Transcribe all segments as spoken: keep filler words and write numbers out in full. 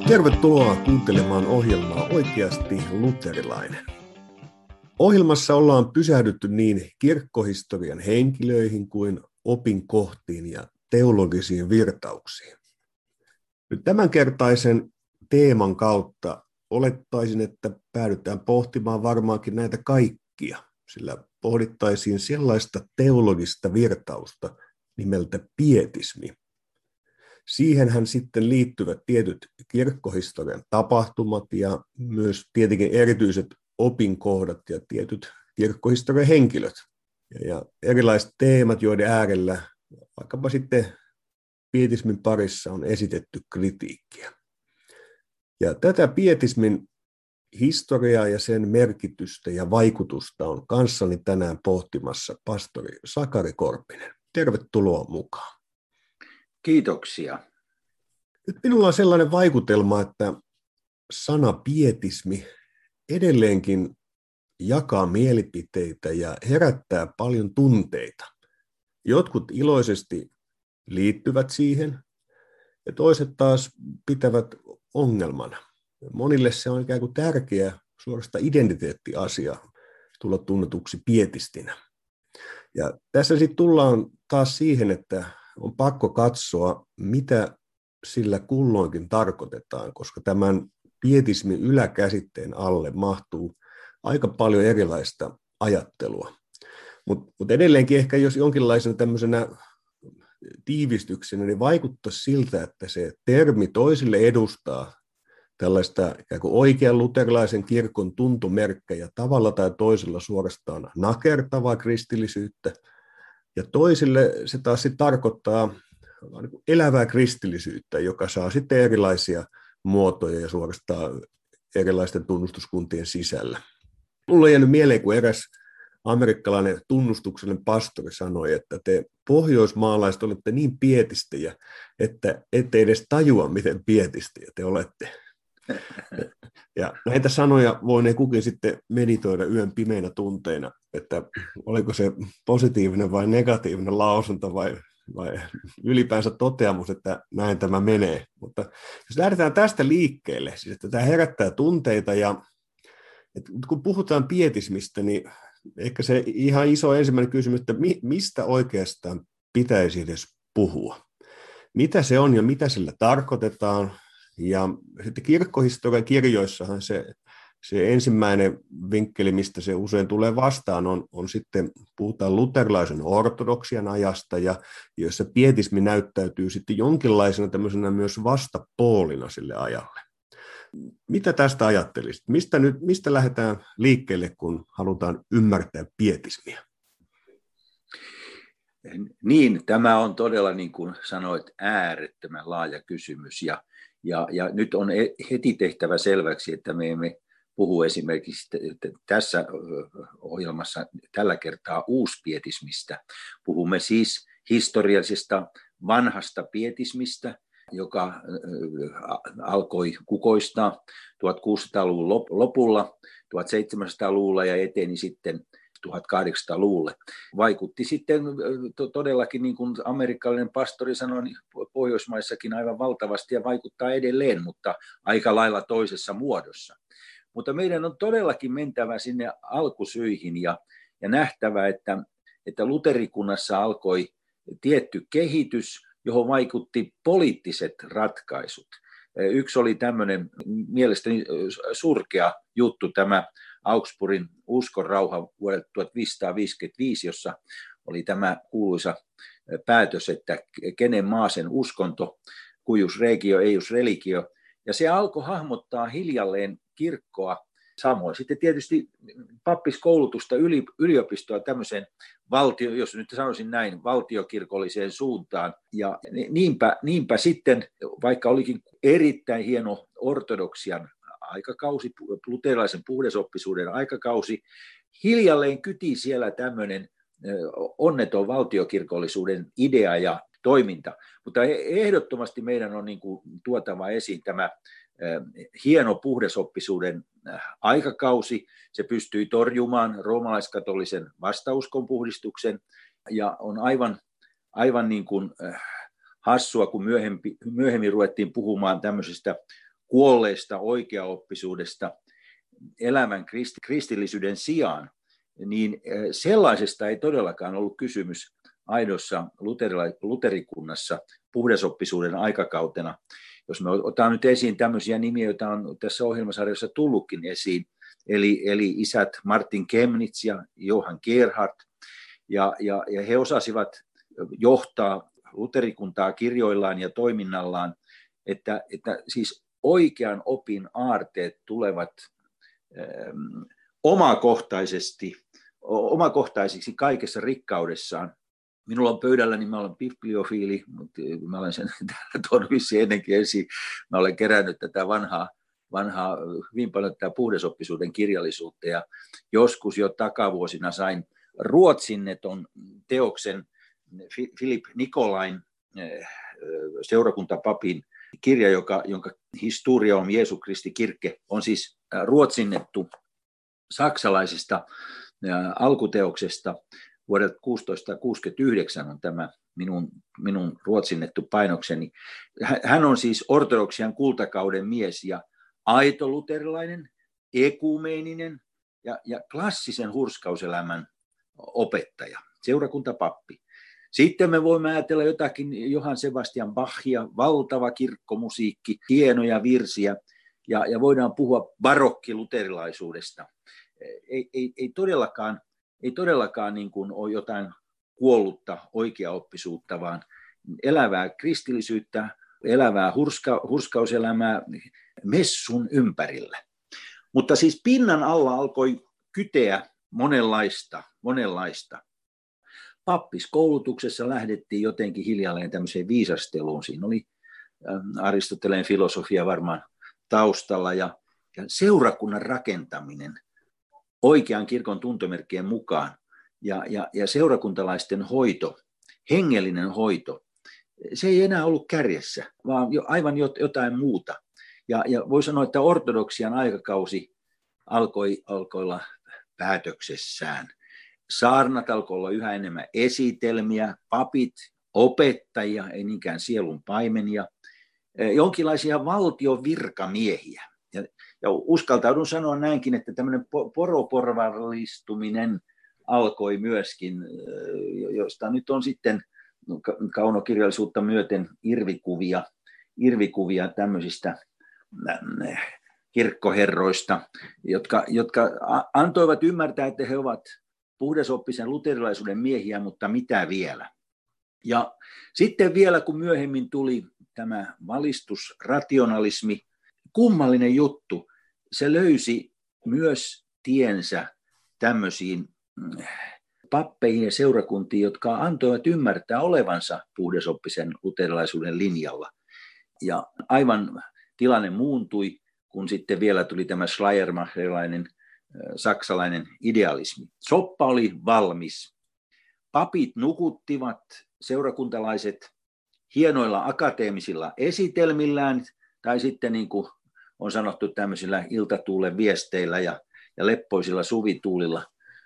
Tervetuloa kuuntelemaan ohjelmaa Oikeasti luterilainen. Ohjelmassa ollaan pysähdytty niin kirkkohistorian henkilöihin kuin opinkohtiin ja teologisiin virtauksiin. Nyt tämänkertaisen teeman kautta olettaisin, että päädytään pohtimaan varmaankin näitä kaikkia, sillä pohdittaisiin sellaista teologista virtausta nimeltä pietismi. Siihenhän sitten liittyvät tietyt kirkkohistorian tapahtumat ja myös tietenkin erityiset opinkohdat ja tietyt kirkkohistorian henkilöt. Ja erilaiset teemat, joiden äärellä vaikkapa sitten pietismin parissa on esitetty kritiikkiä. Ja tätä pietismin historiaa ja sen merkitystä ja vaikutusta on kanssani tänään pohtimassa pastori Sakari Korpinen. Tervetuloa mukaan. Kiitoksia. Nyt minulla on sellainen vaikutelma, että sana pietismi edelleenkin jakaa mielipiteitä ja herättää paljon tunteita. Jotkut iloisesti liittyvät siihen ja toiset taas pitävät ongelmana. Monille se on ikään kuin tärkeä suorastaan identiteettiasia tulla tunnetuksi pietistinä. Ja tässä sitten tullaan taas siihen, että on pakko katsoa, mitä sillä kulloinkin tarkoitetaan, koska tämän pietismin yläkäsitteen alle mahtuu aika paljon erilaista ajattelua. Mutta mut edelleenkin ehkä jos jonkinlaisena tämmöisenä tiivistyksenä, niin vaikuttaa siltä, että se termi toisille edustaa tällaista ikään kuin oikean luterilaisen kirkon tuntomerkkejä tavalla tai toisella suorastaan nakertavaa kristillisyyttä, ja toisille se taas sitten tarkoittaa elävää kristillisyyttä, joka saa sitten erilaisia muotoja ja suorastaan erilaisten tunnustuskuntien sisällä. Mulla on jäänyt mieleen, kun eräs amerikkalainen tunnustuksellinen pastori sanoi, että te pohjoismaalaiset olette niin pietistejä, että ette edes tajua, miten pietistejä te olette. Ja näitä sanoja voi ne kukin sitten meditoida yön pimeinä tunteina, että oliko se positiivinen vai negatiivinen lausunto vai, vai ylipäänsä toteamus, että näin tämä menee. Mutta jos lähdetään tästä liikkeelle, siis että tämä herättää tunteita ja että kun puhutaan pietismistä, niin ehkä se ihan iso ensimmäinen kysymys, että mistä oikeastaan pitäisi edes puhua? Mitä se on ja mitä sillä tarkoitetaan? Ja sitten kirkkohistorian kirjoissahan se, se ensimmäinen vinkkeli, mistä se usein tulee vastaan, on, on sitten, puhutaan luterilaisen ortodoksian ajasta, ja jossa pietismi näyttäytyy sitten jonkinlaisena tämmöisenä myös vastapoolina sille ajalle. Mitä tästä ajattelisit? Mistä, nyt, mistä lähdetään liikkeelle, kun halutaan ymmärtää pietismiä? Niin, tämä on todella, niin kuin sanoit, äärettömän laaja kysymys, ja Ja, ja nyt on heti tehtävä selväksi, että me emme puhu esimerkiksi tässä ohjelmassa tällä kertaa uuspietismistä. Puhumme siis historiallisesta vanhasta pietismistä, joka alkoi kukoistaa tuhatkuusisataaluvun lopulla, tuhatseitsemänsataaluvulla ja eteni sitten tuhatkahdeksansataaluvulle. Vaikutti sitten todellakin, niin kuin amerikkalainen pastori sanoi, Pohjoismaissakin aivan valtavasti ja vaikuttaa edelleen, mutta aika lailla toisessa muodossa. Mutta meidän on todellakin mentävä sinne alkusyihin ja, ja nähtävä, että, että luterikunnassa alkoi tietty kehitys, johon vaikutti poliittiset ratkaisut. Yksi oli tämmöinen mielestäni surkea juttu, tämä Augsburgin uskonrauha vuodelta tuhatviisisataaviisikymmentäviisi, jossa oli tämä kuuluisa päätös, että kenen maa sen uskonto, cuius regio, eius religio, ja se alkoi hahmottaa hiljalleen kirkkoa, samoin sitten tietysti pappiskoulutusta, yliopistoa tämmöiseen valtio, jos nyt sanoisin näin, valtiokirkolliseen suuntaan, ja niinpä, niinpä sitten, vaikka olikin erittäin hieno ortodoksian aikakausi, luterilaisen puhdasoppisuuden aikakausi, hiljalleen kyti siellä tämmöinen onneton valtiokirkollisuuden idea ja toiminta. Mutta ehdottomasti meidän on niin kuin tuotava esiin tämä hieno puhdasoppisuuden aikakausi. Se pystyi torjumaan roomalaiskatolisen vastauskon puhdistuksen ja on aivan, aivan niin kuin hassua, kun myöhemmin, myöhemmin ruvettiin puhumaan tämmöisestä kuolleesta oikeaoppisuudesta elävän kristillisyyden sijaan, niin sellaisesta ei todellakaan ollut kysymys aidossa luterikunnassa puhdasoppisuuden aikakautena. Jos me otetaan nyt esiin tämmöisiä nimiä, joita on tässä ohjelmasarjassa tullutkin esiin, eli, eli isät Martin Chemnitz ja Johann Gerhard, ja, ja, ja he osasivat johtaa luterikuntaa kirjoillaan ja toiminnallaan, että, että siis oikean opin aarteet tulevat ähm, omakohtaisesti, omakohtaisiksi kaikessa rikkaudessaan. Minulla on pöydälläni, mä olen bibliofiili, mutta mä olen sen täällä tuonut vissiin ennenkin esiin. Mä olen kerännyt tätä vanhaa, vanhaa hyvin paljon tätä puhdasoppisuuden kirjallisuutta, ja joskus jo takavuosina sain ruotsinnetun teoksen Philip Nikolain seurakuntapapin kirja, joka, jonka Historia om Jesu Kristi Kirke on siis ruotsinnettu saksalaisesta alkuteoksesta. Vuodelta tuhatkuusisataakuusikymmentäyhdeksän on tämä minun, minun ruotsinnettu painokseni. Hän on siis ortodoksian kultakauden mies ja aito luterilainen, ekumeeninen ja, ja klassisen hurskauselämän opettaja, seurakuntapappi. Sitten me voimme ajatella jotakin Johann Sebastian Bachia, valtava kirkkomusiikki, hienoja virsiä, ja, ja voidaan puhua barokkiluterilaisuudesta. Ei, ei, ei todellakaan, ei todellakaan niin kuin ole jotain kuollutta oikeaoppisuutta, vaan elävää kristillisyyttä, elävää hurska, hurskauselämää messun ympärillä. Mutta siis pinnan alla alkoi kyteä monenlaista, monenlaista. Pappiskoulutuksessa lähdettiin jotenkin hiljalleen tämmöiseen viisasteluun. Siinä oli Aristoteleen filosofia varmaan taustalla, ja, ja seurakunnan rakentaminen oikean kirkon tuntomerkkien mukaan ja, ja, ja seurakuntalaisten hoito, hengellinen hoito, se ei enää ollut kärjessä, vaan jo, aivan jotain muuta. Ja, ja voi sanoa, että ortodoksian aikakausi alkoi, alkoi olla päätöksessään. Saarnat alkoi olla yhä enemmän esitelmiä, papit, opettajia, ei niinkään sielun paimenia, jonkinlaisia valtion virkamiehiä. Ja, ja uskaltaudun sanoa näinkin, että tämmöinen poroporvallistuminen alkoi myöskin, josta nyt on sitten kaunokirjallisuutta myöten irvikuvia, irvikuvia tämmöisistä kirkkoherroista, jotka, jotka antoivat ymmärtää, että he ovat puhdasoppisen luterilaisuuden miehiä, mutta mitä vielä. Ja sitten vielä, kun myöhemmin tuli tämä valistusrationalismi, kummallinen juttu, se löysi myös tiensä tämmöisiin pappeihin ja seurakuntiin, jotka antoivat ymmärtää olevansa puhdasoppisen luterilaisuuden linjalla. Ja aivan tilanne muuntui, kun sitten vielä tuli tämä Schleiermacherilainen saksalainen idealismi. Soppa oli valmis. Papit nukuttivat seurakuntalaiset hienoilla akateemisilla esitelmillään, tai sitten niin kuin on sanottu tämmöisillä iltatuulen viesteillä ja, ja leppoisilla suvituulilla.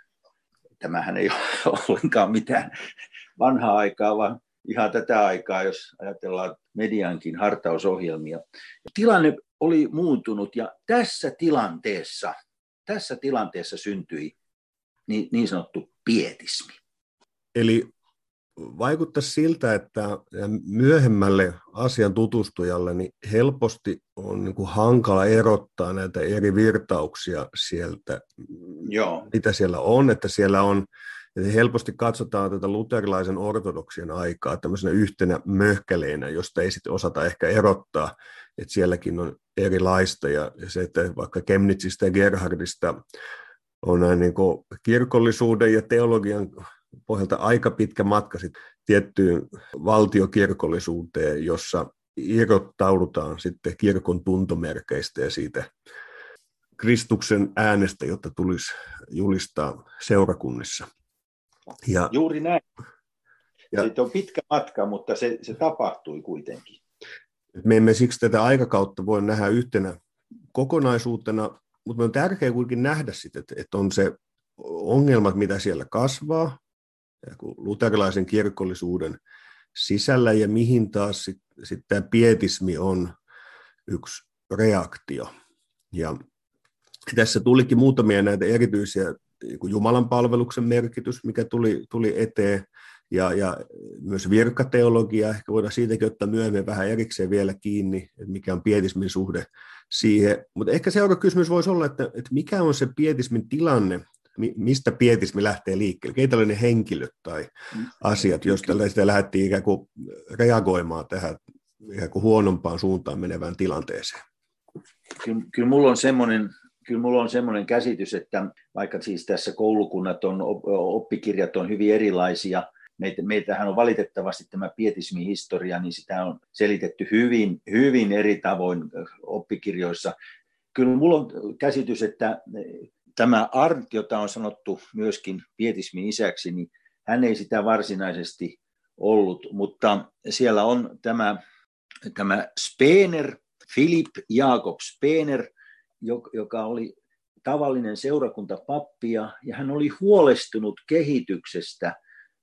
Tämähän ei ole ollenkaan mitään vanhaa aikaa, vaan ihan tätä aikaa, jos ajatellaan mediankin hartausohjelmia. Tilanne oli muuntunut, ja tässä tilanteessa, tässä tilanteessa syntyi niin, niin sanottu pietismi. Eli vaikuttaisi siltä, että myöhemmälle asian tutustujalle niin helposti on niin kuin hankala erottaa näitä eri virtauksia sieltä, Joo. mitä siellä on, että siellä on, että helposti katsotaan tätä luterilaisen ortodoksien aikaa tämmöisenä yhtenä möhkäleenä, josta ei sitten osata ehkä erottaa, että sielläkin on erilaista, ja se, että vaikka Chemnitzistä ja Gerhardista on näin niin kuin kirkollisuuden ja teologian pohjalta aika pitkä matka sit tiettyyn valtiokirkollisuuteen, jossa irrottaudutaan sitten kirkon tuntomerkeistä ja siitä Kristuksen äänestä, jotta tulisi julistaa seurakunnissa. Ja, Juuri näin. Ja, Siitä on pitkä matka, mutta se, se tapahtui kuitenkin. Me emme siksi tätä aikakautta voi nähdä yhtenä kokonaisuutena, mutta on tärkeää kuitenkin nähdä sitten, että, että on se ongelmat, mitä siellä kasvaa, luterilaisen kirkollisuuden sisällä, ja mihin taas sitten sit tämä pietismi on yksi reaktio. Ja tässä tulikin muutamia näitä erityisiä Jumalan palveluksen merkitys, mikä tuli, tuli eteen, ja, ja myös virkateologia, ehkä voidaan siitäkin ottaa myöhemmin vähän erikseen vielä kiinni, että mikä on pietismin suhde siihen. Mutta ehkä seuraava kysymys voisi olla, että, että mikä on se pietismin tilanne, mistä pietismi lähtee liikkeelle, keitä oli ne henkilöt tai asiat, jos sitä lähdettiin ikään kuin reagoimaan tähän ikään kuin huonompaan suuntaan menevään tilanteeseen. Kyllä, kyllä mulla on semmoinen Kyllä minulla on semmoinen käsitys, että vaikka siis tässä koulukunnat on, oppikirjat on hyvin erilaisia, meitä, meiltähän on valitettavasti tämä pietismi-historia, niin sitä on selitetty hyvin, hyvin eri tavoin oppikirjoissa. Kyllä minulla on käsitys, että tämä Arndt, jota on sanottu myöskin pietismin isäksi, niin hän ei sitä varsinaisesti ollut, mutta siellä on tämä, tämä Spener, Philipp Jakob Spener, joka oli tavallinen seurakuntapappi, ja hän oli huolestunut kehityksestä,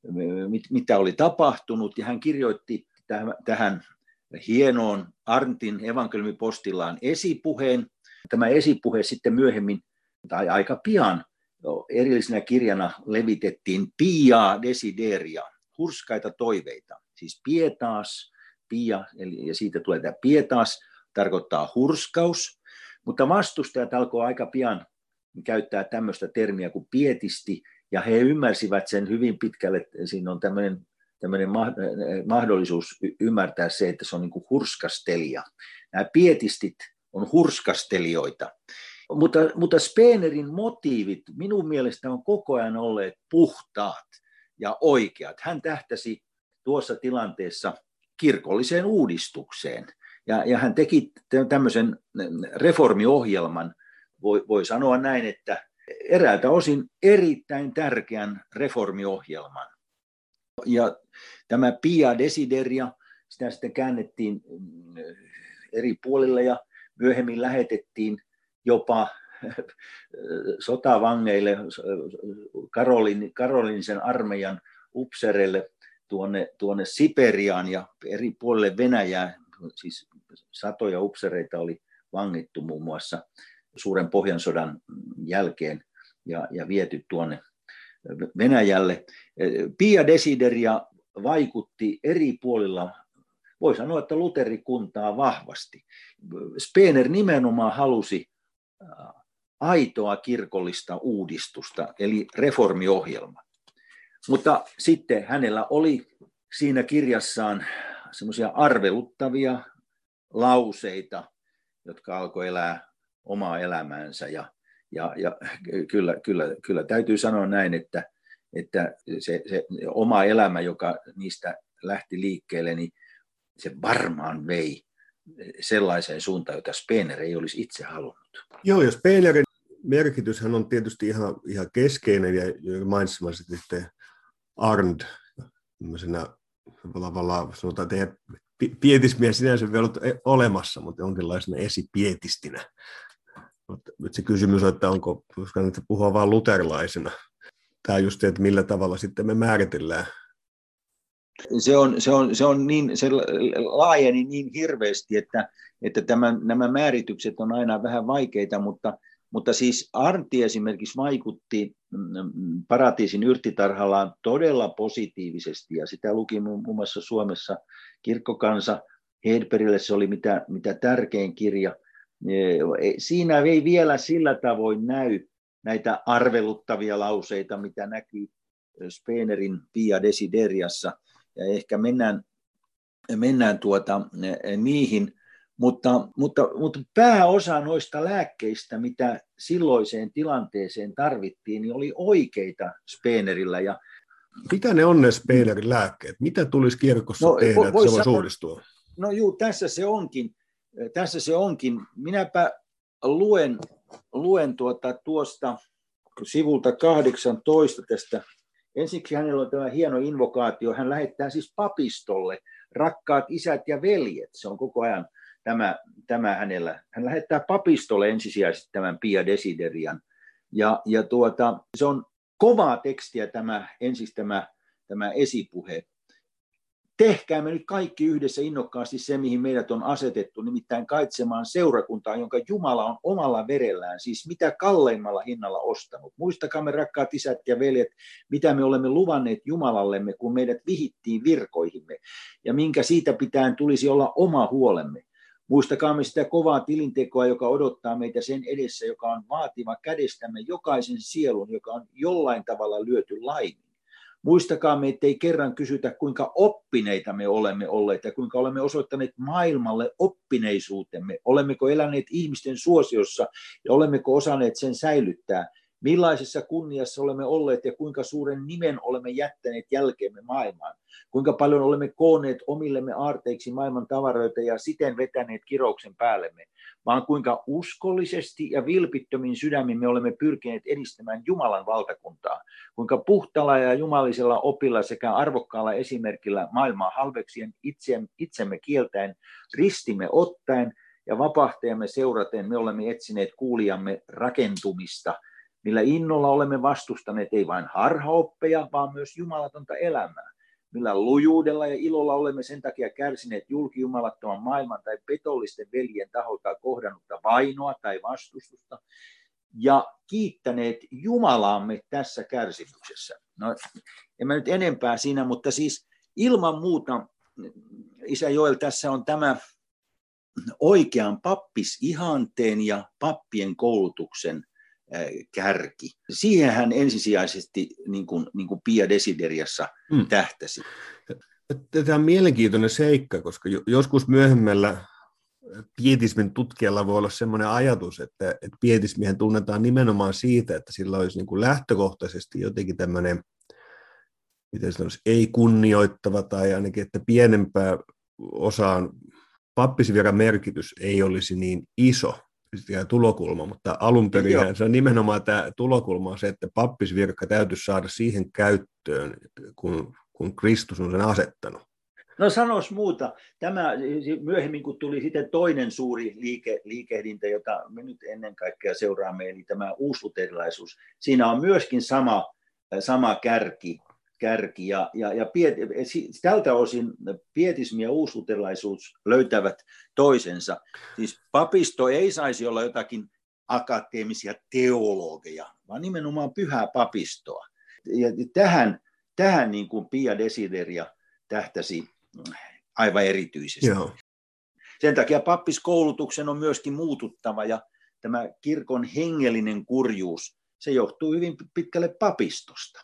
mitä oli tapahtunut, ja hän kirjoitti tähän hienoon Arndtin evankeliumipostillaan esipuheen. Tämä esipuhe sitten myöhemmin, tai aika pian, erillisenä kirjana levitettiin Pia Desideria, hurskaita toiveita, siis pietas, pia, eli, ja siitä tulee tämä pietas, tarkoittaa hurskaus. Mutta vastustajat alkoi aika pian käyttää tämmöistä termiä kuin pietisti, ja he ymmärsivät sen hyvin pitkälle, että siinä on tämmöinen, tämmöinen mahdollisuus ymmärtää se, että se on niin kuin hurskastelija. Nämä pietistit on hurskastelijoita. Mutta, mutta Spenerin motiivit minun mielestä on koko ajan olleet puhtaat ja oikeat. Hän tähtäsi tuossa tilanteessa kirkolliseen uudistukseen. Ja, ja hän teki tämmöisen reformiohjelman, voi, voi sanoa näin, että eräältä osin erittäin tärkeän reformiohjelman. Ja tämä Pia Desideria, sitä sitten käännettiin eri puolille ja myöhemmin lähetettiin jopa sotavangeille Karolin, Karolinisen armeijan upsereille tuonne, tuonne Siperiaan ja eri puolille Venäjää. Siis satoja upsereita oli vangittu muun muassa suuren Pohjansodan jälkeen ja, ja viety tuonne Venäjälle. Pia Desideria vaikutti eri puolilla, voi sanoa, että luterikuntaa vahvasti. Spener nimenomaan halusi aitoa kirkollista uudistusta, eli reformiohjelma. Mutta sitten hänellä oli siinä kirjassaan semmoisia arveluttavia lauseita, jotka alkoi elää omaa elämäänsä. Ja, ja, ja kyllä, kyllä, kyllä täytyy sanoa näin, että, että se, se oma elämä, joka niistä lähti liikkeelle, niin se varmaan vei sellaiseen suuntaan, jota Spener ei olisi itse halunnut. Joo, ja Spenerin merkityshän on tietysti ihan, ihan keskeinen, ja mainitsemassa sitten Arndt, tämmöisenä tavallaan sanotaan, että eihän pietismiä sinänsä vielä ollut olemassa, mutta jonkinlaisena esipietistinä. Mutta nyt se kysymys on, että onko, kannattaa puhua vain luterilaisena. Tämä on just se, että millä tavalla sitten me määritellään. Se on, se on, se on niin, se laajeni niin hirveästi, että, että tämän, nämä määritykset on aina vähän vaikeita, mutta, mutta siis Arntti esimerkiksi vaikutti Paratiisin yrttitarhallaan todella positiivisesti, ja sitä luki muun muassa Suomessa Kirkkokansa. Hedbergille se oli mitä, mitä tärkein kirja. Siinä ei vielä sillä tavoin näy näitä arveluttavia lauseita, mitä näkyy Spenerin Pia Desideriassa, ja ehkä mennään, mennään tuota, niihin, mutta, mutta, mutta pääosa noista lääkkeistä, mitä silloiseen tilanteeseen tarvittiin, niin oli oikeita Spenerillä. Ja mitä ne on ne Spenerin lääkkeet? Mitä tulisi kirkossa no, tehdä, että se voisi uudistua? No juu, tässä se onkin. Tässä se onkin. Minäpä luen, luen tuota, tuosta sivulta kahdeksantoista tästä. Ensiksi hänellä on tämä hieno invokaatio. Hän lähettää siis papistolle, rakkaat isät ja veljet. Se on koko ajan tämä, tämä hänellä. Hän lähettää papistolle ensisijaisesti tämän Pia Desiderian. Ja, ja tuota, se on kovaa tekstiä tämä, ensin tämä, tämä esipuhe. tehkäämme nyt kaikki yhdessä innokkaasti se, mihin meidät on asetettu, nimittäin kaitsemaan seurakuntaa, jonka Jumala on omalla verellään, siis mitä kalleimmalla hinnalla ostanut. Muistakaamme, rakkaat isät ja veljet, mitä me olemme luvanneet Jumalallemme, kun meidät vihittiin virkoihimme, ja minkä siitä pitäen tulisi olla oma huolemme. Muistakaamme sitä kovaa tilintekoa, joka odottaa meitä sen edessä, joka on vaativa kädestämme jokaisen sielun, joka on jollain tavalla lyöty laimin. Muistakaamme, ettei kerran kysytä, kuinka oppineita me olemme olleet ja kuinka olemme osoittaneet maailmalle oppineisuutemme. Olemmeko eläneet ihmisten suosiossa ja olemmeko osanneet sen säilyttää? Millaisessa kunniassa olemme olleet ja kuinka suuren nimen olemme jättäneet jälkeemme maailmaan? Kuinka paljon olemme koonneet omillemme aarteiksi maailman tavaroita ja siten vetäneet kirouksen päällemme? Vaan kuinka uskollisesti ja vilpittömin sydämin me olemme pyrkineet edistämään Jumalan valtakuntaa. Kuinka puhtaalla ja jumalisella opilla sekä arvokkaalla esimerkillä maailmaa halveksien itsemme kieltäen, ristimme ottaen ja vapahtajamme seuraten me olemme etsineet kuulijamme rakentumista, millä innolla olemme vastustaneet ei vain harhaoppeja, vaan myös jumalatonta elämää. Millä lujuudella ja ilolla olemme sen takia kärsineet julkijumalattoman maailman tai petollisten veljen taholta kohdannutta vainoa tai vastustusta ja kiittäneet Jumalaamme tässä kärsimyksessä. No, en mä nyt enempää siinä, mutta siis ilman muuta, isä Joel, tässä on tämä oikean pappisihanteen ja pappien koulutuksen kärki. Siihen hän ensisijaisesti niin kuin, niin kuin Pia Desideriassa mm. tähtäsi. Tämä on mielenkiintoinen seikka, koska joskus myöhemmällä pietismin tutkijalla voi olla sellainen ajatus, että, että pietismihän tunnetaan nimenomaan siitä, että sillä olisi niin kuin lähtökohtaisesti jotenkin tämmöinen, miten sanoisi, ei kunnioittava tai ainakin, että pienempää osaan pappisviran merkitys ei olisi niin iso. Tulokulma, mutta alun perin se on nimenomaan tämä tulokulma on se, että pappisvirka täytyisi saada siihen käyttöön, kun, kun Kristus on sen asettanut. No sanois muuta. Tämä myöhemmin, kun tuli sitten toinen suuri liike, liikehdintä, jota me nyt ennen kaikkea seuraamme, eli tämä uusluterilaisuus. Siinä on myöskin sama, sama kärki. kärki ja, ja, ja piet, tältä osin pietismi ja uusluterilaisuus löytävät toisensa. Siis papisto ei saisi olla jotakin akateemisia teologeja, vaan nimenomaan pyhää papistoa. Ja tähän, tähän niin kuin Pia Desideria tähtäsi aivan erityisesti. Joo. Sen takia pappiskoulutuksen on myöskin muututtava ja tämä kirkon hengellinen kurjuus, se johtuu hyvin pitkälle papistosta.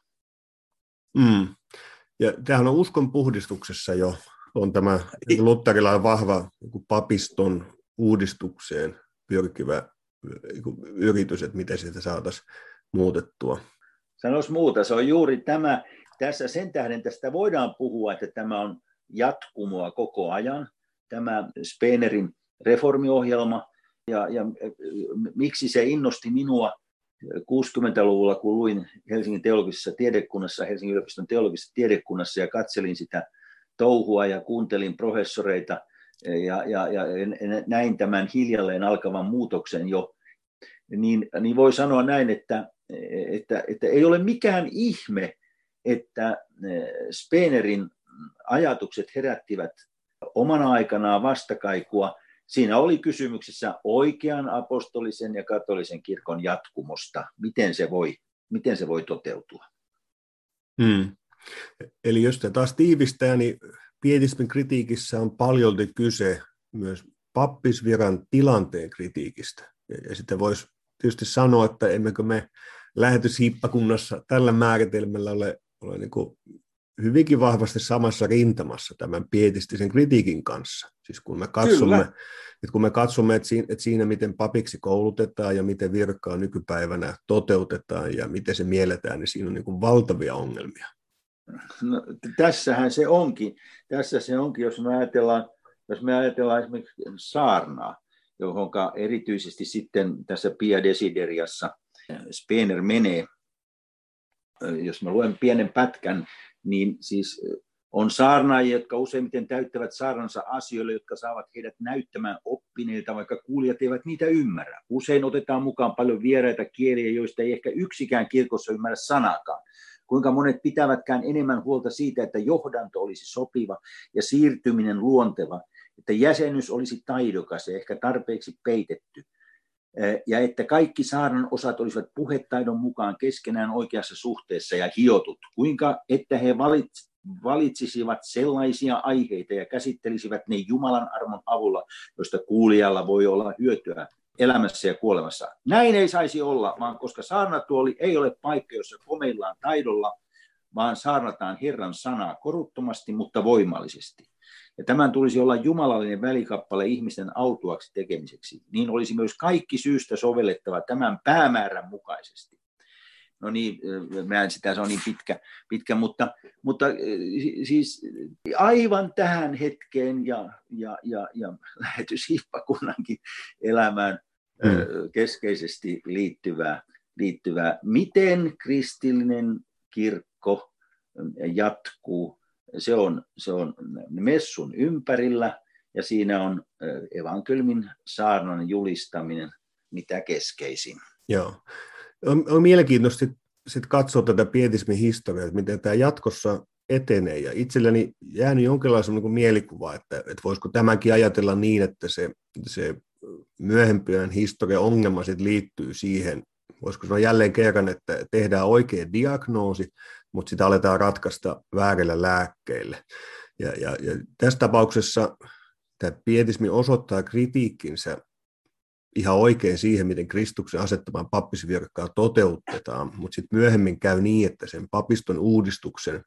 Mm. Ja tämähän on uskon puhdistuksessa jo, on tämä luterilainen vahva papiston uudistukseen pyrkivä yritys, että miten sitä saataisiin muutettua. Sanois muuta, se on juuri tämä, tässä sen tähden tästä voidaan puhua, että tämä on jatkumoa koko ajan, tämä Spenerin reformiohjelma, ja, ja miksi se innosti minua kuusikymmentäluvulla, kun luin Helsingin teologisessa tiedekunnassa, Helsingin yliopiston teologisessa tiedekunnassa ja katselin sitä touhua ja kuuntelin professoreita ja, ja, ja näin tämän hiljalleen alkavan muutoksen jo, niin, niin voi sanoa näin, että, että, että ei ole mikään ihme, että Spenerin ajatukset herättivät omana aikanaan vastakaikua. Siinä oli kysymyksessä oikean apostolisen ja katolisen kirkon jatkumosta. Miten se voi, miten se voi toteutua? Hmm. Eli jos te taas tiivistää, niin pietismin kritiikissä on paljolti kyse myös pappisviran tilanteen kritiikistä. Ja sitten voisi tietysti sanoa, että emmekö me lähetyshiippakunnassa tällä määritelmällä ole, ole niin kuin hyvinkin vahvasti samassa rintamassa tämän pietistisen kritiikin kanssa. Siis kun me katsomme, että kun me katsomme, että siinä, että siinä, miten papiksi koulutetaan ja miten virkaa nykypäivänä toteutetaan ja miten se mielletään, niin siinä on niin kuin valtavia ongelmia. No, tässähän se onkin. Tässä se onkin, jos me ajatellaan, jos me ajatellaan esimerkiksi saarnaa, johon erityisesti sitten tässä Pia Desideriassa Spener menee. Jos mä luen pienen pätkän, niin siis on saarnaajia, jotka useimmiten täyttävät saarnansa asioille, jotka saavat heidät näyttämään oppineilta, vaikka kuulijat eivät niitä ymmärrä. Usein otetaan mukaan paljon vieraita kieliä, joista ei ehkä yksikään kirkossa ymmärrä sanaakaan. kuinka monet pitävätkään enemmän huolta siitä, että johdanto olisi sopiva ja siirtyminen luonteva, että jäsenyys olisi taidokas ja ehkä tarpeeksi peitetty, ja että kaikki saarnan osat olisivat puhetaidon mukaan keskenään oikeassa suhteessa ja hiotut, kuinka että he valitsisivat sellaisia aiheita ja käsittelisivät ne Jumalan armon avulla, josta kuulijalla voi olla hyötyä elämässä ja kuolemassa. Näin ei saisi olla, vaan koska saarnatuoli ei ole paikka, jossa komeillaan taidolla, vaan saarnataan Herran sanaa koruttomasti, mutta voimallisesti. Ja tämän tulisi olla jumalallinen välikappale ihmisten autuaksi tekemiseksi. Niin olisi myös kaikki syystä sovellettava tämän päämäärän mukaisesti. No niin, mä en sitä, se on niin pitkä, pitkä mutta, mutta siis aivan tähän hetkeen ja, ja, ja, ja lähetyshiippakunnankin elämään hmm. keskeisesti liittyvää, liittyvää, miten kristillinen kirkko jatkuu. Se on, se on messun ympärillä ja siinä on evankeliumin saarnan julistaminen mitä keskeisin. Joo. On, on mielenkiintoista sit, sit katsoa tätä pietismin historiaa, että miten tämä jatkossa etenee. Ja itselleni jäänyt jonkinlaisen niin kuin mielikuva, että, että voisiko tämänkin ajatella niin, että se, se myöhempien historian ongelma sit liittyy siihen, voisiko sanoa jälleen kerran, että tehdään oikea diagnoosi, mutta sitä aletaan ratkaista väärillä lääkkeillä. Ja, ja, ja tässä tapauksessa tämä pietismi osoittaa kritiikkinsä ihan oikein siihen, miten Kristuksen asettamaan pappisvirkkaa toteutetaan, mutta sitten myöhemmin käy niin, että sen papiston uudistuksen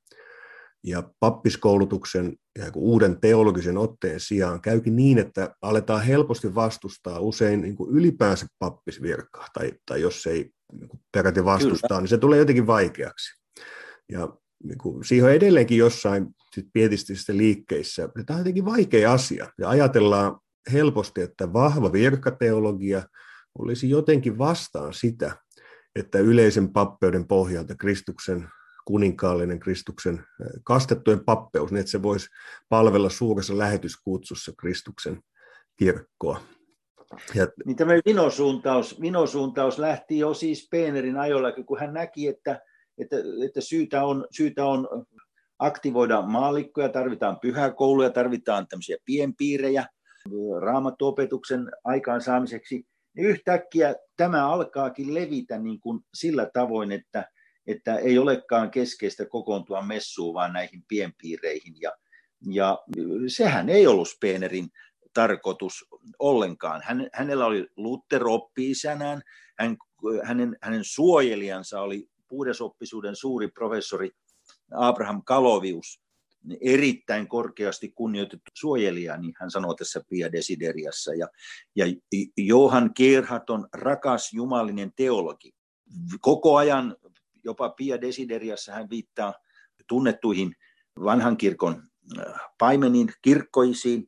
ja pappiskoulutuksen ja uuden teologisen otteen sijaan käykin niin, että aletaan helposti vastustaa usein niin kuin ylipäänsä pappisvirkkaa, tai, tai jos ei niin kuin peräti vastustaa, Kyllä. niin se tulee jotenkin vaikeaksi. Ja niin kuin, siihen on edelleenkin jossain pietistisissä liikkeissä, että tämä on jotenkin vaikea asia, ja ajatellaan helposti, että vahva virkateologia olisi jotenkin vastaan sitä, että yleisen pappeuden pohjalta Kristuksen kuninkaallinen, Kristuksen kastettujen pappeus, niin että se voisi palvella suuressa lähetyskutsussa Kristuksen kirkkoa. Ja niin tämä vinosuuntaus, vinosuuntaus lähti jo siis Speenerin ajolla, kun hän näki, että, että, että syytä, on, syytä on aktivoida maallikkoja, tarvitaan pyhäkouluja, tarvitaan tämmöisiä pienpiirejä raamattuopetuksen aikaansaamiseksi, niin yhtäkkiä tämä alkaakin levitä niin kuin sillä tavoin, että, että ei olekaan keskeistä kokoontua messuun, vaan näihin pienpiireihin. Ja, ja sehän ei ollut Speenerin tarkoitus ollenkaan. Hän, hänellä oli Luther oppi-isänään, hän, hänen, hänen suojelijansa oli puhdasoppisuuden suuri professori Abraham Calovius, erittäin korkeasti kunnioitettu suojelija, niin hän sanoo tässä Pia Desideriassa. Ja, ja Johann Gerhard on rakas jumalinen teologi. Koko ajan jopa Pia Desideriassa hän viittaa tunnettuihin vanhan kirkon paimeniin, kirkkoisiin.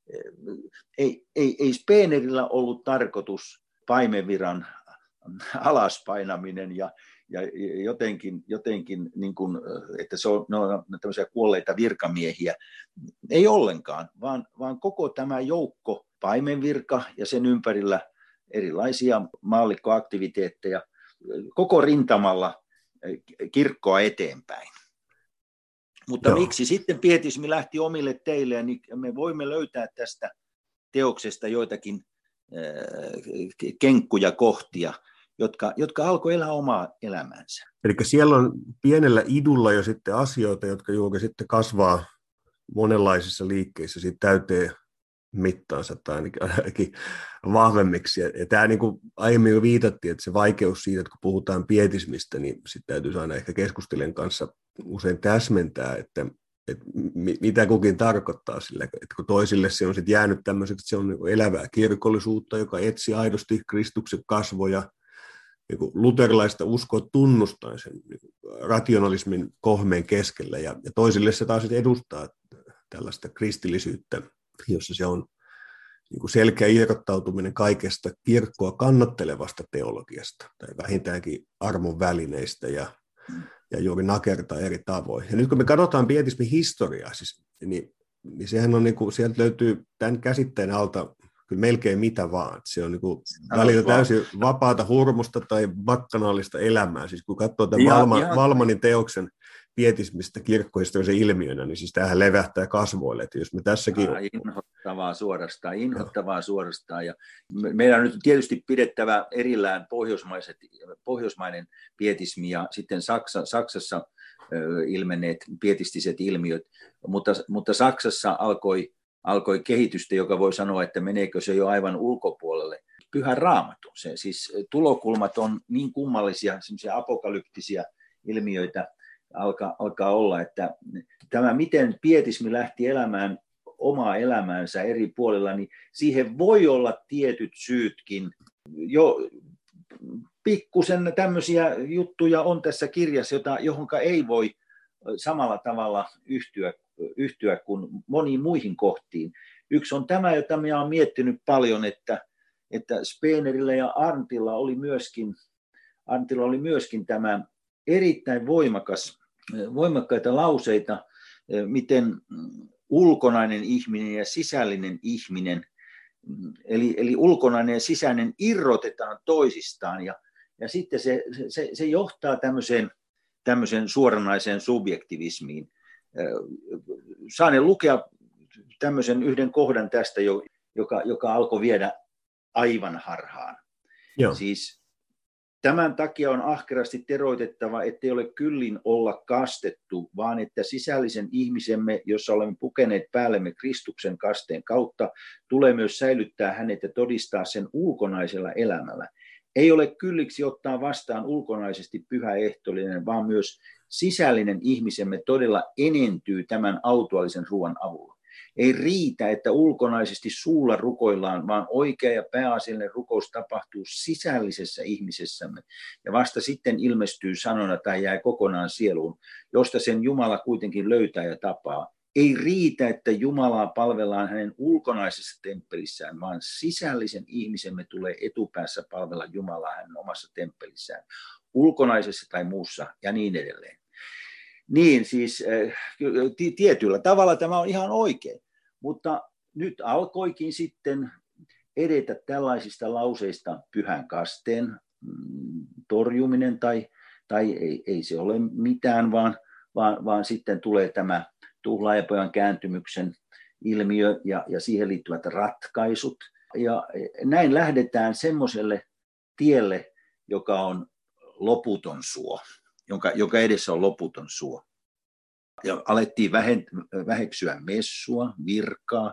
Ei, ei, ei Speenerillä ollut tarkoitus paimenviran alaspainaminen ja Ja jotenkin, jotenkin niin kuin, että se on, ne on tämmöisiä kuolleita virkamiehiä. Ei ollenkaan, vaan, vaan koko tämä joukko, paimenvirka ja sen ympärillä erilaisia maallikkoaktiviteetteja, koko rintamalla kirkkoa eteenpäin. Mutta Joo. miksi sitten pietismi lähti omille teille, niin me voimme löytää tästä teoksesta joitakin kenkkuja kohtia, Jotka, jotka alkoi elää omaa elämäänsä. Eli siellä on pienellä idulla jo sitten asioita, jotka juuri sitten kasvaa monenlaisissa liikkeissä siitä täyteen mittaansa tai ainakin vahvemmiksi. Ja tämä niin kuin aiemmin jo viitattiin, että se vaikeus siitä, että kun puhutaan pietismistä, niin sitten täytyisi aina ehkä keskustelijan kanssa usein täsmentää, että, että mitä kukin tarkoittaa sillä, että kun toisille se on sitten jäänyt tämmöiseksi, että se on niin kuin elävää kirkollisuutta, joka etsii aidosti Kristuksen kasvoja, niin kuin luterilaista uskoa tunnustaen sen niin kuin rationalismin kohmeen keskellä, ja, ja toisille se taas edustaa tällaista kristillisyyttä, jossa se on niin kuin selkeä irrottautuminen kaikesta kirkkoa kannattelevasta teologiasta, tai vähintäänkin armon välineistä, ja, ja juuri nakertaa eri tavoin. Ja nyt kun me katsotaan pietismin historiaa, siis, niin, niin sehän on, niin kuin, sieltä löytyy tämän käsitteen alta kyllä melkein mitä vaan. Se on niin kuin välillä täysin vapaata hurmusta tai bakkanaalista elämää. Siis kun katsoo tämän Valma, ihan... Valmanin teoksen pietismistä kirkkohistoriallisen ilmiönä, niin siis tämähän levähtää kasvoille. Että jos me tässäkin... Ah, inhottavaa suorastaan, inhottavaa no. suorastaan. Ja meidän on nyt tietysti pidettävä erillään pohjoismaiset, pohjoismainen pietismi ja sitten Saksa, Saksassa ilmenneet pietistiset ilmiöt, mutta, mutta Saksassa alkoi, alkoi kehitystä, joka voi sanoa, että meneekö se jo aivan ulkopuolelle. Pyhän Raamattu, se, siis tulokulmat on niin kummallisia, semmoisia apokalyptisia ilmiöitä alkaa, alkaa olla, että tämä miten pietismi lähti elämään omaa elämäänsä eri puolilla, niin siihen voi olla tietyt syytkin. Jo pikkusen tämmöisiä juttuja on tässä kirjassa, jota, johonka ei voi samalla tavalla yhtyä, yhtyä kuin moniin muihin kohtiin. Yksi on tämä, jota minä olen miettinyt paljon, että, että Spenerillä ja Arntilla oli myöskin, Arntilla oli myöskin tämä erittäin voimakas, voimakkaita lauseita, miten ulkonainen ihminen ja sisällinen ihminen, eli, eli ulkonainen ja sisäinen irrotetaan toisistaan, ja, ja sitten se, se, se johtaa tämmöiseen, tämmöiseen suoranaiseen subjektivismiin. Saan lukea tämmöisen yhden kohdan tästä, joka, joka alkoi viedä aivan harhaan. Joo. Siis tämän takia on ahkerasti teroitettava, ettei ole kyllin olla kastettu, vaan että sisällisen ihmisemme, jossa olemme pukeneet päällemme Kristuksen kasteen kautta, tulee myös säilyttää hänet ja todistaa sen ulkonaisella elämällä. Ei ole kylliksi ottaa vastaan ulkonaisesti pyhä ehtoollinen, vaan myös sisällinen ihmisemme todella enentyy tämän autuaalisen ruoan avulla. Ei riitä, että ulkonaisesti suulla rukoillaan, vaan oikea ja pääasiallinen rukous tapahtuu sisällisessä ihmisessämme. Ja vasta sitten ilmestyy sanona tai jää kokonaan sieluun, josta sen Jumala kuitenkin löytää ja tapaa. Ei riitä, että Jumalaa palvellaan hänen ulkonaisessa temppelissään, vaan sisällisen ihmisemme tulee etupäässä palvella Jumalaa hänen omassa temppelissään, ulkonaisessa tai muussa ja niin edelleen. Niin, siis tietyllä tavalla tämä on ihan oikein, mutta nyt alkoikin sitten edetä tällaisista lauseista pyhän kasteen torjuminen, tai, tai ei, ei se ole mitään, vaan, vaan, vaan sitten tulee tämä tuhlaajapojan kääntymyksen ilmiö ja, ja siihen liittyvät ratkaisut. Ja näin lähdetään semmoiselle tielle, joka on loputon suo. Jonka, joka edessä on loputon suo. Ja alettiin väheksyä messua, virkaa,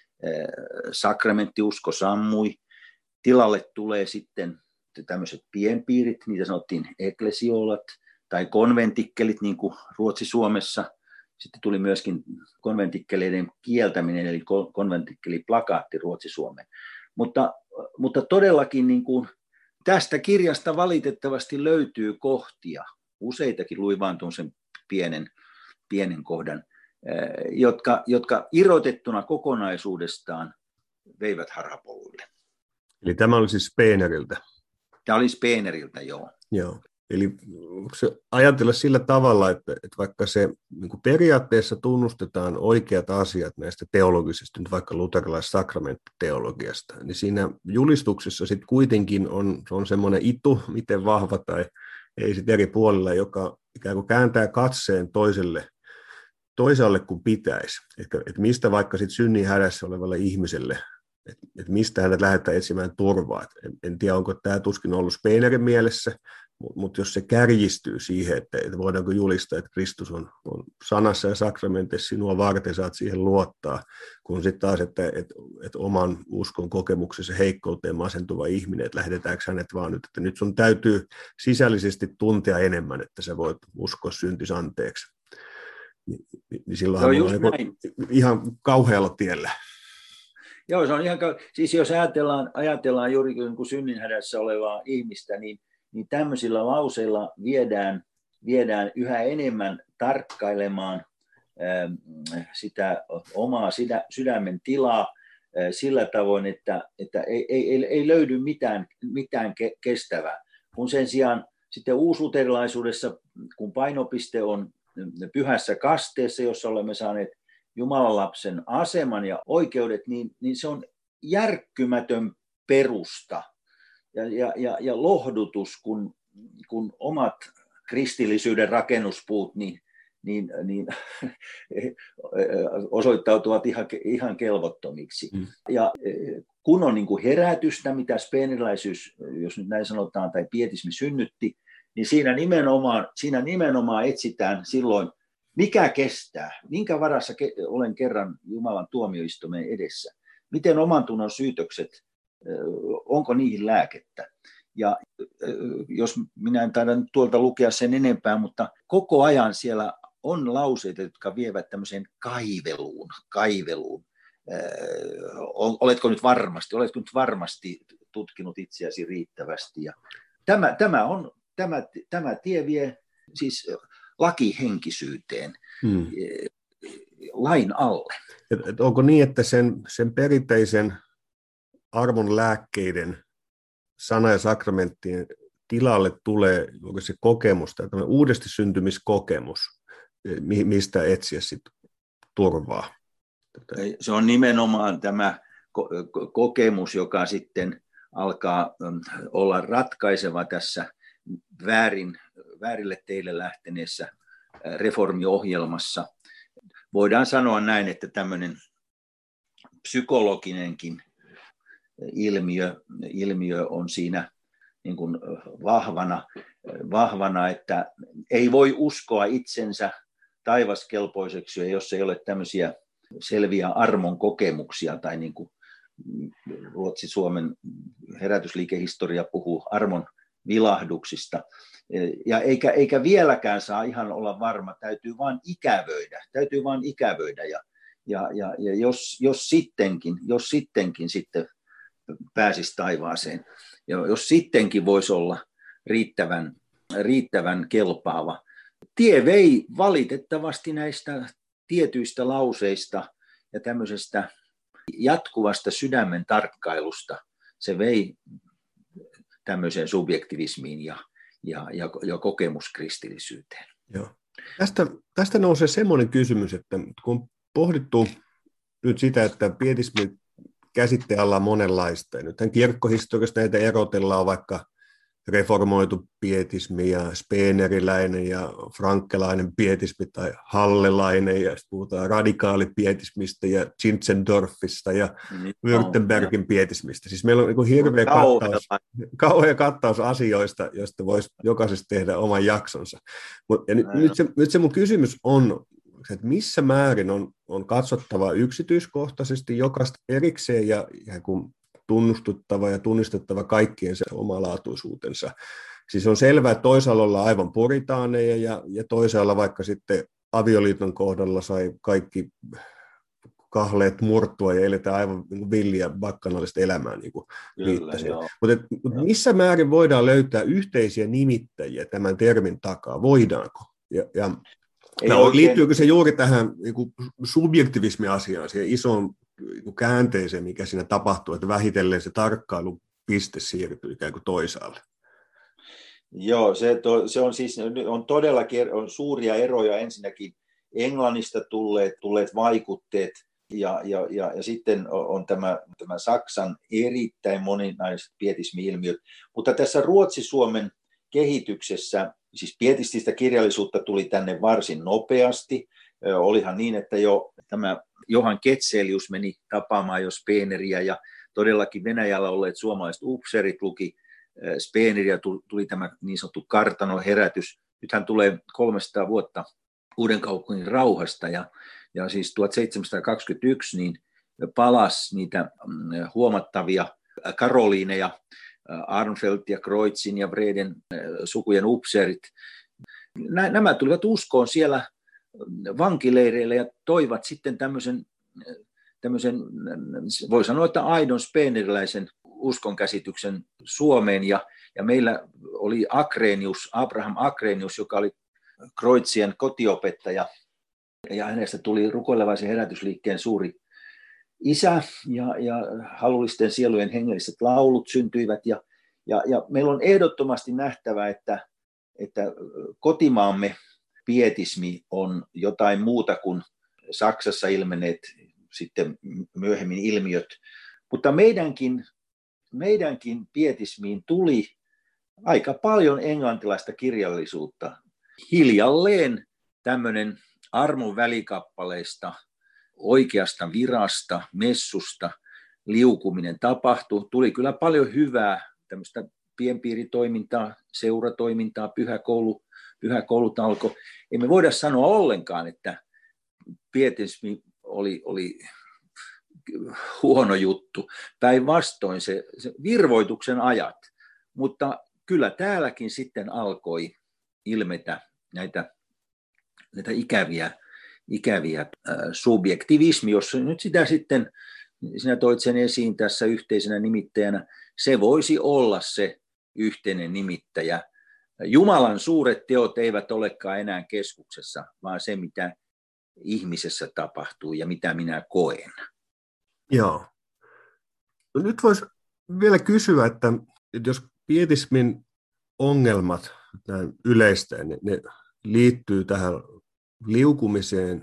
sakramenttiusko sammui. Tilalle tulee sitten tämmöiset pienpiirit, niitä sanottiin eklesiolat tai konventikkelit, niin kuin Ruotsi-Suomessa. Sitten tuli myöskin konventikkeleiden kieltäminen, eli konventikkeliplakaatti Ruotsi-Suomeen. Mutta, mutta todellakin niin kuin tästä kirjasta valitettavasti löytyy kohtia, useitakin, luin vaan tuon sen pienen, pienen kohdan, jotka, jotka irrotettuna kokonaisuudestaan veivät harhapoluille. Eli tämä oli siis Speneriltä? Tämä oli Speneriltä, joo. Joo. Eli se ajatella sillä tavalla, että, että vaikka se niin kuin periaatteessa tunnustetaan oikeat asiat näistä teologisista, nyt vaikka luterilaissakramenttiteologiasta, niin siinä julistuksessa sitten kuitenkin on, on semmoinen itu, miten vahva tai ei sitten eri puolilla, joka ikään kuin kääntää katseen toiselle, toisaalle kuin pitäisi. Että, että mistä vaikka sitten synnin hädässä olevalle ihmiselle, että, että mistä hänet lähdetään etsimään turvaa. En, en tiedä, onko tämä tuskin ollut Spenerin mielessä, mutta jos se kärjistyy siihen, että, että voidaanko julistaa, että Kristus on, on sanassa ja sakramenteissa sinua varten, saat siihen luottaa, kun sitten taas, että, että, että oman uskon kokemuksessa heikkouteen masentuva ihminen, että lähetetäänkö hänet vaan nyt, että nyt sun täytyy sisällisesti tuntea enemmän, että sä voit uskoa syntis anteeksi. Niin, niin silloin on niin ihan kauhealla tiellä. Joo, se on ihan kau... Siis jos ajatellaan, ajatellaan juuri kuin synninhädässä olevaa ihmistä, niin niin tämmöisillä lauseilla viedään, viedään yhä enemmän tarkkailemaan sitä omaa sydämen tilaa sillä tavoin, että, että ei, ei, ei löydy mitään, mitään kestävää. Kun sen sijaan sitten uusluterilaisuudessa, kun painopiste on pyhässä kasteessa, jossa olemme saaneet Jumalan lapsen aseman ja oikeudet, niin, niin se on järkkymätön perusta ja, ja, ja, ja lohdutus, kun, kun omat kristillisyyden rakennuspuut niin, niin, niin osoittautuvat ihan, ihan kelvottomiksi. Mm. Ja kun on niin kuin herätystä, mitä speeneriläisyys, jos nyt näin sanotaan, tai pietismi synnytti, niin siinä nimenomaan, siinä nimenomaan etsitään silloin, mikä kestää, minkä varassa ke- olen kerran Jumalan tuomioistuimen edessä, miten oman tunnon syytökset, onko niihin lääkettä. Ja jos minä en taida tuolta lukea sen enempää, mutta koko ajan siellä on lauseita, jotka vievät tämmöiseen kaiveluun, kaiveluun. Oletko nyt varmasti, oletko nyt varmasti tutkinut itseäsi riittävästi. Ja tämä, tämä, on, tämä, tämä tie vie siis lakihenkisyyteen, hmm. lain alle. Et, et onko niin, että sen, sen perinteisen arvon lääkkeiden sana- ja sakramenttien tilalle tulee se kokemus, tämä uudesti syntymiskokemus, mistä etsiä sitten turvaa? Se on nimenomaan tämä kokemus, joka sitten alkaa olla ratkaiseva tässä väärin, väärille teille lähteneessä reformiohjelmassa. Voidaan sanoa näin, että tämmöinen psykologinenkin ilmiö, ilmiö on siinä niin kuin vahvana, vahvana, että ei voi uskoa itsensä taivaskelpoiseksi, jos ei ole tämmöisiä selviä armon kokemuksia, tai niin kuin Ruotsi-Suomen herätysliikehistoria puhuu armon vilahduksista. Ja eikä, eikä vieläkään saa ihan olla varma, täytyy vain ikävöidä, täytyy vain ikävöidä. Ja, ja, ja, ja jos, jos sittenkin, jos sittenkin sitten pääsisi taivaaseen, ja jos sittenkin voisi olla riittävän, riittävän kelpaava. Tie vei valitettavasti näistä tietyistä lauseista ja tämmöisestä jatkuvasta sydämen tarkkailusta. Se vei tämmöiseen subjektivismiin ja, ja, ja, ja kokemuskristillisyyteen. Joo. Tästä, tästä nousee semmoinen kysymys, että kun on pohdittu nyt sitä, että pietismi käsitteen alla on monenlaista. Ja nythän kirkkohistoriasta näitä erotellaan vaikka reformoitu pietismi ja speeneriläinen ja frankkelainen pietismi tai hallelainen, ja sitten puhutaan radikaalipietismistä ja Zinzendorfista ja Württembergin pietismistä. Siis meillä on niin hirveä kattaus, kauhea kattaus asioista, joista voisi jokaisesta tehdä oman jaksonsa. Mut, ja nyt, nyt, se, nyt se mun kysymys on, että missä määrin on, on katsottava yksityiskohtaisesti jokaista erikseen ja, ja kun tunnustuttava ja tunnistettava kaikkien se omalaatuisuutensa. Siis on selvää, että toisaalla ollaan aivan puritaaneja ja, ja toisaalla vaikka sitten avioliiton kohdalla sai kaikki kahleet murtua ja eletään aivan villiä bakkanallista elämää, niin kuin viittasin. Mutta mut missä määrin voidaan löytää yhteisiä nimittäjiä tämän termin takaa? Voidaanko? Ja, ja no, liittyykö se juuri tähän niin kuin subjektivismi-asiaan, siihen isoon käänteeseen, mikä siinä tapahtuu, että vähitellen se tarkkailupiste siirtyy ikään kuin toisaalle? Joo, se, to, se on siis on todellakin on suuria eroja ensinnäkin Englannista tulleet, tulleet vaikutteet ja, ja, ja, ja sitten on tämä, tämä Saksan erittäin moninaiset pietismi-ilmiöt, mutta tässä Ruotsi-Suomen kehityksessä, siis pietististä kirjallisuutta tuli tänne varsin nopeasti. Olihan niin, että jo tämä Johan Ketzelius meni tapaamaan jo Speeneriä ja todellakin Venäjällä olleet suomalaiset upseerit luki Speeneriä, tuli tämä niin sanottu kartanoherätys. Nythän tulee kolmesataa vuotta Uudenkaupungin rauhasta ja, ja siis tuhatseitsemänsataakaksikymmentäyksi niin palasi niitä huomattavia Karoliineja, Arnfeldt ja Kreutzin ja Vreden sukujen upseerit. Nämä tulivat uskoon siellä vankileireille ja toivat sitten tämmöisen, tämmöisen voi sanoa, että aidon speeneriläisen uskonkäsityksen Suomeen. Ja, ja meillä oli Akrenius, Abraham Akrenius, joka oli Kreutzien kotiopettaja. Ja hänestä tuli rukoilevaisen herätysliikkeen suuri isä ja, ja halullisten sielujen hengelliset laulut syntyivät. Ja, ja, ja meillä on ehdottomasti nähtävä, että, että kotimaamme pietismi on jotain muuta kuin Saksassa ilmenneet sitten myöhemmin ilmiöt, Mutta meidänkin, meidänkin pietismiin tuli aika paljon englantilaista kirjallisuutta. Hiljalleen tämmöinen armon välikappaleista, oikeasta virasta, messusta liukuminen tapahtui. Tuli kyllä paljon hyvää, tämmöistä pienpiiritoimintaa, seuratoimintaa, pyhäkoulu, pyhäkoulut alkoi. Emme voida sanoa ollenkaan, että pietismi oli, oli huono juttu. Päinvastoin se, se virvoituksen ajat, mutta kyllä täälläkin sitten alkoi ilmetä näitä, näitä ikäviä, ikäviä äh, subjektivismi, jos nyt sitä sitten, sinä toit sen esiin tässä yhteisenä nimittäjänä, se voisi olla se yhteinen nimittäjä. Jumalan suuret teot eivät olekaan enää keskuksessa, vaan se, mitä ihmisessä tapahtuu ja mitä minä koen. Joo. No nyt voisi vielä kysyä, että, että jos pietismin ongelmat näin yleistä, niin ne liittyy tähän liukumiseen,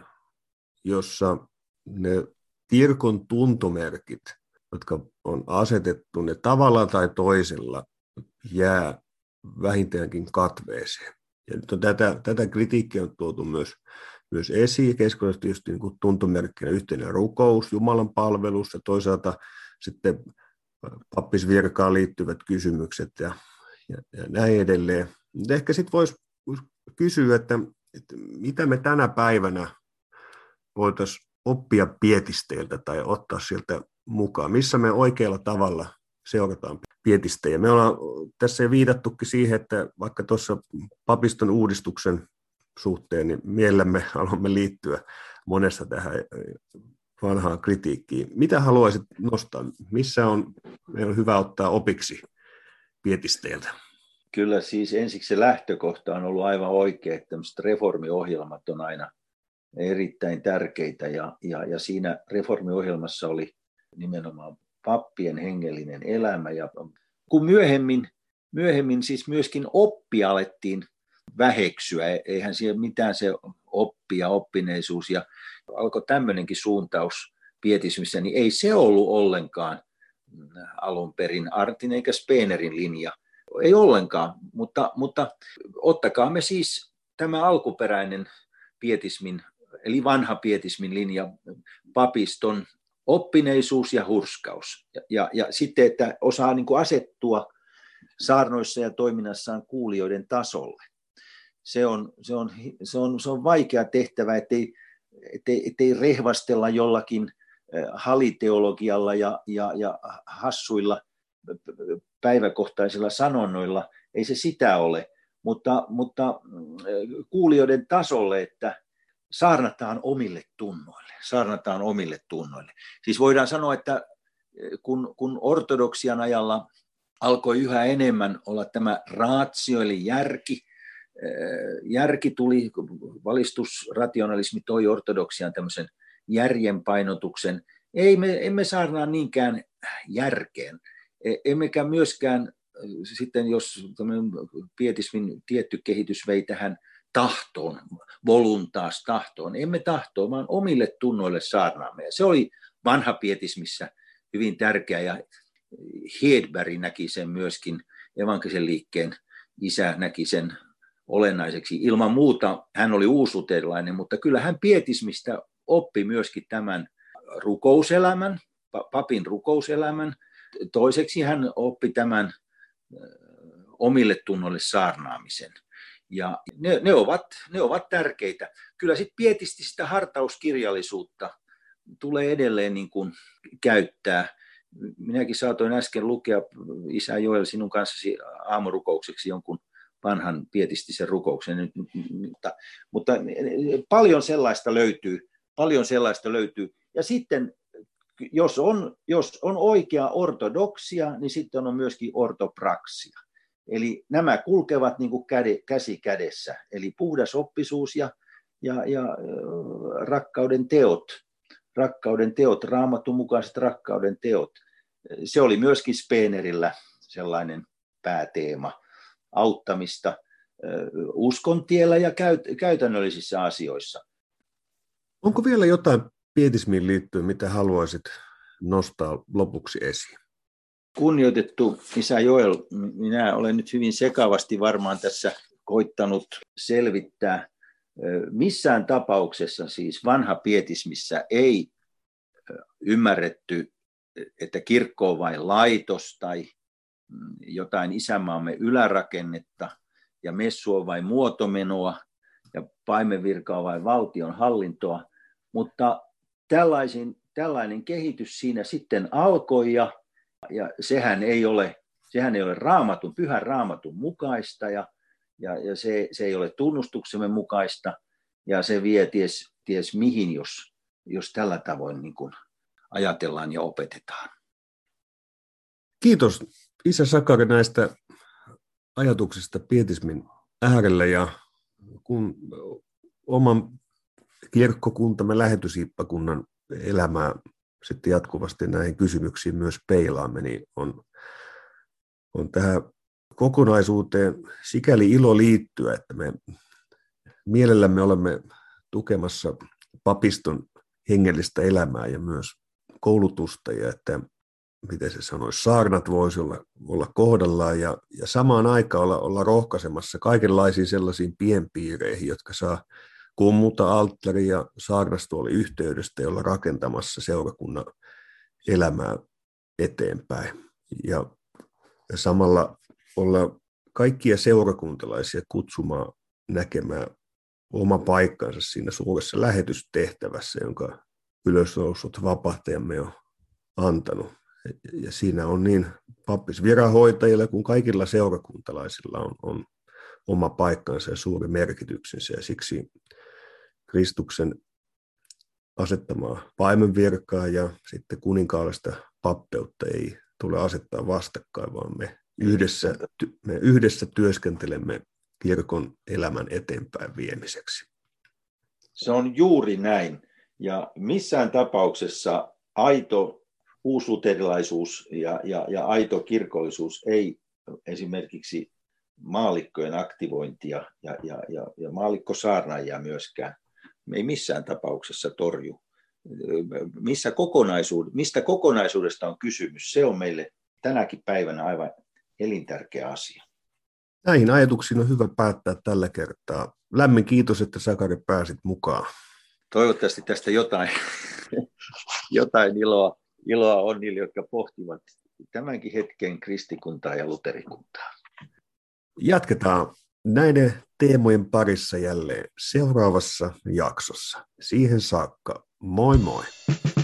jossa ne kirkon tuntomerkit, jotka on asetettu, ne tavalla tai toisella jää vähintäänkin katveeseen. Ja nyt on tätä, tätä kritiikkiä on tuotu myös, myös esiin. Keskuudessa tietysti niin kuin tuntomerkkinä yhteinen rukous, Jumalan palvelus ja toisaalta sitten pappisvirkaan liittyvät kysymykset ja, ja, ja näin edelleen. Mutta ehkä sitten voisi kysyä, että, että mitä me tänä päivänä voitaisiin oppia pietisteiltä tai ottaa sieltä mukaan, missä me oikealla tavalla seurataan pietistejä. Me ollaan tässä jo viitattukin siihen, että vaikka tuossa papiston uudistuksen suhteen, niin mielellämme haluamme liittyä monessa tähän vanhaan kritiikkiin. Mitä haluaisit nostaa? Missä on meillä on hyvä ottaa opiksi pietisteiltä? Kyllä siis ensiksi se lähtökohta on ollut aivan oikea, että tämmöiset reformiohjelmat on aina erittäin tärkeitä ja, ja, ja siinä reformiohjelmassa oli nimenomaan pappien hengellinen elämä ja kun myöhemmin, myöhemmin siis myöskin oppia alettiin väheksyä, eihän siellä mitään se oppi ja oppineisuus ja alkoi tämmöinenkin suuntaus pietismissä, niin ei se ollut ollenkaan alun perin Artin eikä Spenerin linja, ei ollenkaan, mutta, mutta ottakaa me siis tämä alkuperäinen pietismin, eli vanha pietismin linja, papiston oppineisuus ja hurskaus. Ja, ja, ja sitten, että osaa niin kuin asettua saarnoissa ja toiminnassaan kuulijoiden tasolle. Se on, se on, se on, se on vaikea tehtävä, ettei, ettei, ettei rehvastella jollakin haliteologialla ja, ja, ja hassuilla päiväkohtaisilla sanonnoilla. Ei se sitä ole, mutta, mutta kuulijoiden tasolle, että saarnataan omille tunnoille. Saarnataan omille tunnoille. Siis voidaan sanoa, että kun, kun ortodoksian ajalla alkoi yhä enemmän olla tämä ratio, eli järki, järki tuli, valistusrationalismi toi ortodoksiaan tämmöisen järjen painotuksen. Ei me, emme saarnaa niinkään järkeen, emmekä myöskään sitten, jos pietismin tietty kehitys vei tähän tahtoon, voluntaas tahtoon. Emme tahtoon, vaan omille tunnoille saarnaamme. Ja se oli vanha pietismissä hyvin tärkeä, ja Hedberg näki sen myöskin, evankelisen liikkeen isä näki sen olennaiseksi. Ilman muuta hän oli uusluterilainen, mutta kyllä hän pietismistä oppi myöskin tämän rukouselämän, papin rukouselämän. Toiseksi hän oppi tämän omille tunnoille saarnaamisen. Ja ne, ne, ovat, ne ovat tärkeitä. Kyllä sitten pietististä hartauskirjallisuutta tulee edelleen niin kuin käyttää. Minäkin saatoin äsken lukea, isä Joel, sinun kanssasi aamurukoukseksi jonkun vanhan pietistisen rukouksen, mutta, mutta paljon sellaista löytyy, paljon sellaista löytyy. Ja sitten, jos on, jos on oikea ortodoksia, niin sitten on myöskin ortopraksia. Eli nämä kulkevat niin kuin käde, käsi kädessä, eli puhdas oppisuus ja, ja, ja rakkauden teot, rakkauden teot, Raamatun mukaiset rakkauden teot. Se oli myöskin Spenerillä sellainen pääteema, auttamista uskon tiellä ja käytännöllisissä asioissa. Onko vielä jotain pietismiin liittyen, mitä haluaisit nostaa lopuksi esiin? Kunnioitettu isä Joel, minä olen nyt hyvin sekavasti varmaan tässä koittanut selvittää. Missään tapauksessa siis vanha pietismissä ei ymmärretty, että kirkko on vain laitos tai jotain isänmaamme ylärakennetta ja messu on vain muotomenoa ja paimenvirka on vain valtion hallintoa, mutta tällaisin, tällainen kehitys siinä sitten alkoi ja, ja sehän ei ole, sehän ei ole raamatun, pyhän raamatun mukaista ja, ja, ja se, se ei ole tunnustuksemme mukaista ja se vie ties, ties mihin, jos, jos tällä tavoin niin kuin ajatellaan ja opetetaan. Kiitos isä Sakari näistä ajatuksista pietismin äärellä ja kun oman kirkkokuntamme lähetyshiippakunnan elämää sitten jatkuvasti näihin kysymyksiin myös peilaamme, niin on, on tähän kokonaisuuteen sikäli ilo liittyä, että me mielellämme olemme tukemassa papiston hengellistä elämää ja myös koulutusta ja että miten se sanoisi, saarnat voisi olla, olla kohdallaan ja, ja samaan aikaan olla, olla rohkaisemassa kaikenlaisiin sellaisiin pienpiireihin, jotka saa kummuta alttari ja saarnastuoli yhteydestä ja olla rakentamassa seurakunnan elämää eteenpäin. Ja, ja samalla olla kaikkia seurakuntalaisia kutsumaan näkemään oma paikkansa siinä suuressa lähetystehtävässä, jonka ylösnousut vapahtajamme on antanut. Ja siinä on niin pappisviranhoitajilla kuin kaikilla seurakuntalaisilla on, on oma paikkansa ja suuri merkityksensä. Ja siksi Kristuksen asettamaa paimenvirkaa ja sitten kuninkaallista pappeutta ei tule asettaa vastakkain, vaan me yhdessä, me yhdessä työskentelemme kirkon elämän eteenpäin viemiseksi. Se on juuri näin. Ja missään tapauksessa aito uusluterilaisuus ja, ja, ja aito kirkollisuus ei esimerkiksi maallikkojen aktivointia ja, ja, ja, ja maallikkosaarnaajia myöskään ei missään tapauksessa torju. Missä kokonaisuud- mistä kokonaisuudesta on kysymys, se on meille tänäkin päivänä aivan elintärkeä asia. Näihin ajatuksiin on hyvä päättää tällä kertaa. Lämmin kiitos, että Sakari pääsit mukaan. Toivottavasti tästä jotain, jotain iloa, iloa on niille, jotka pohtivat tämänkin hetken kristikuntaa ja luterikuntaa. Jatketaan näiden teemojen parissa jälleen seuraavassa jaksossa. Siihen saakka, moi moi!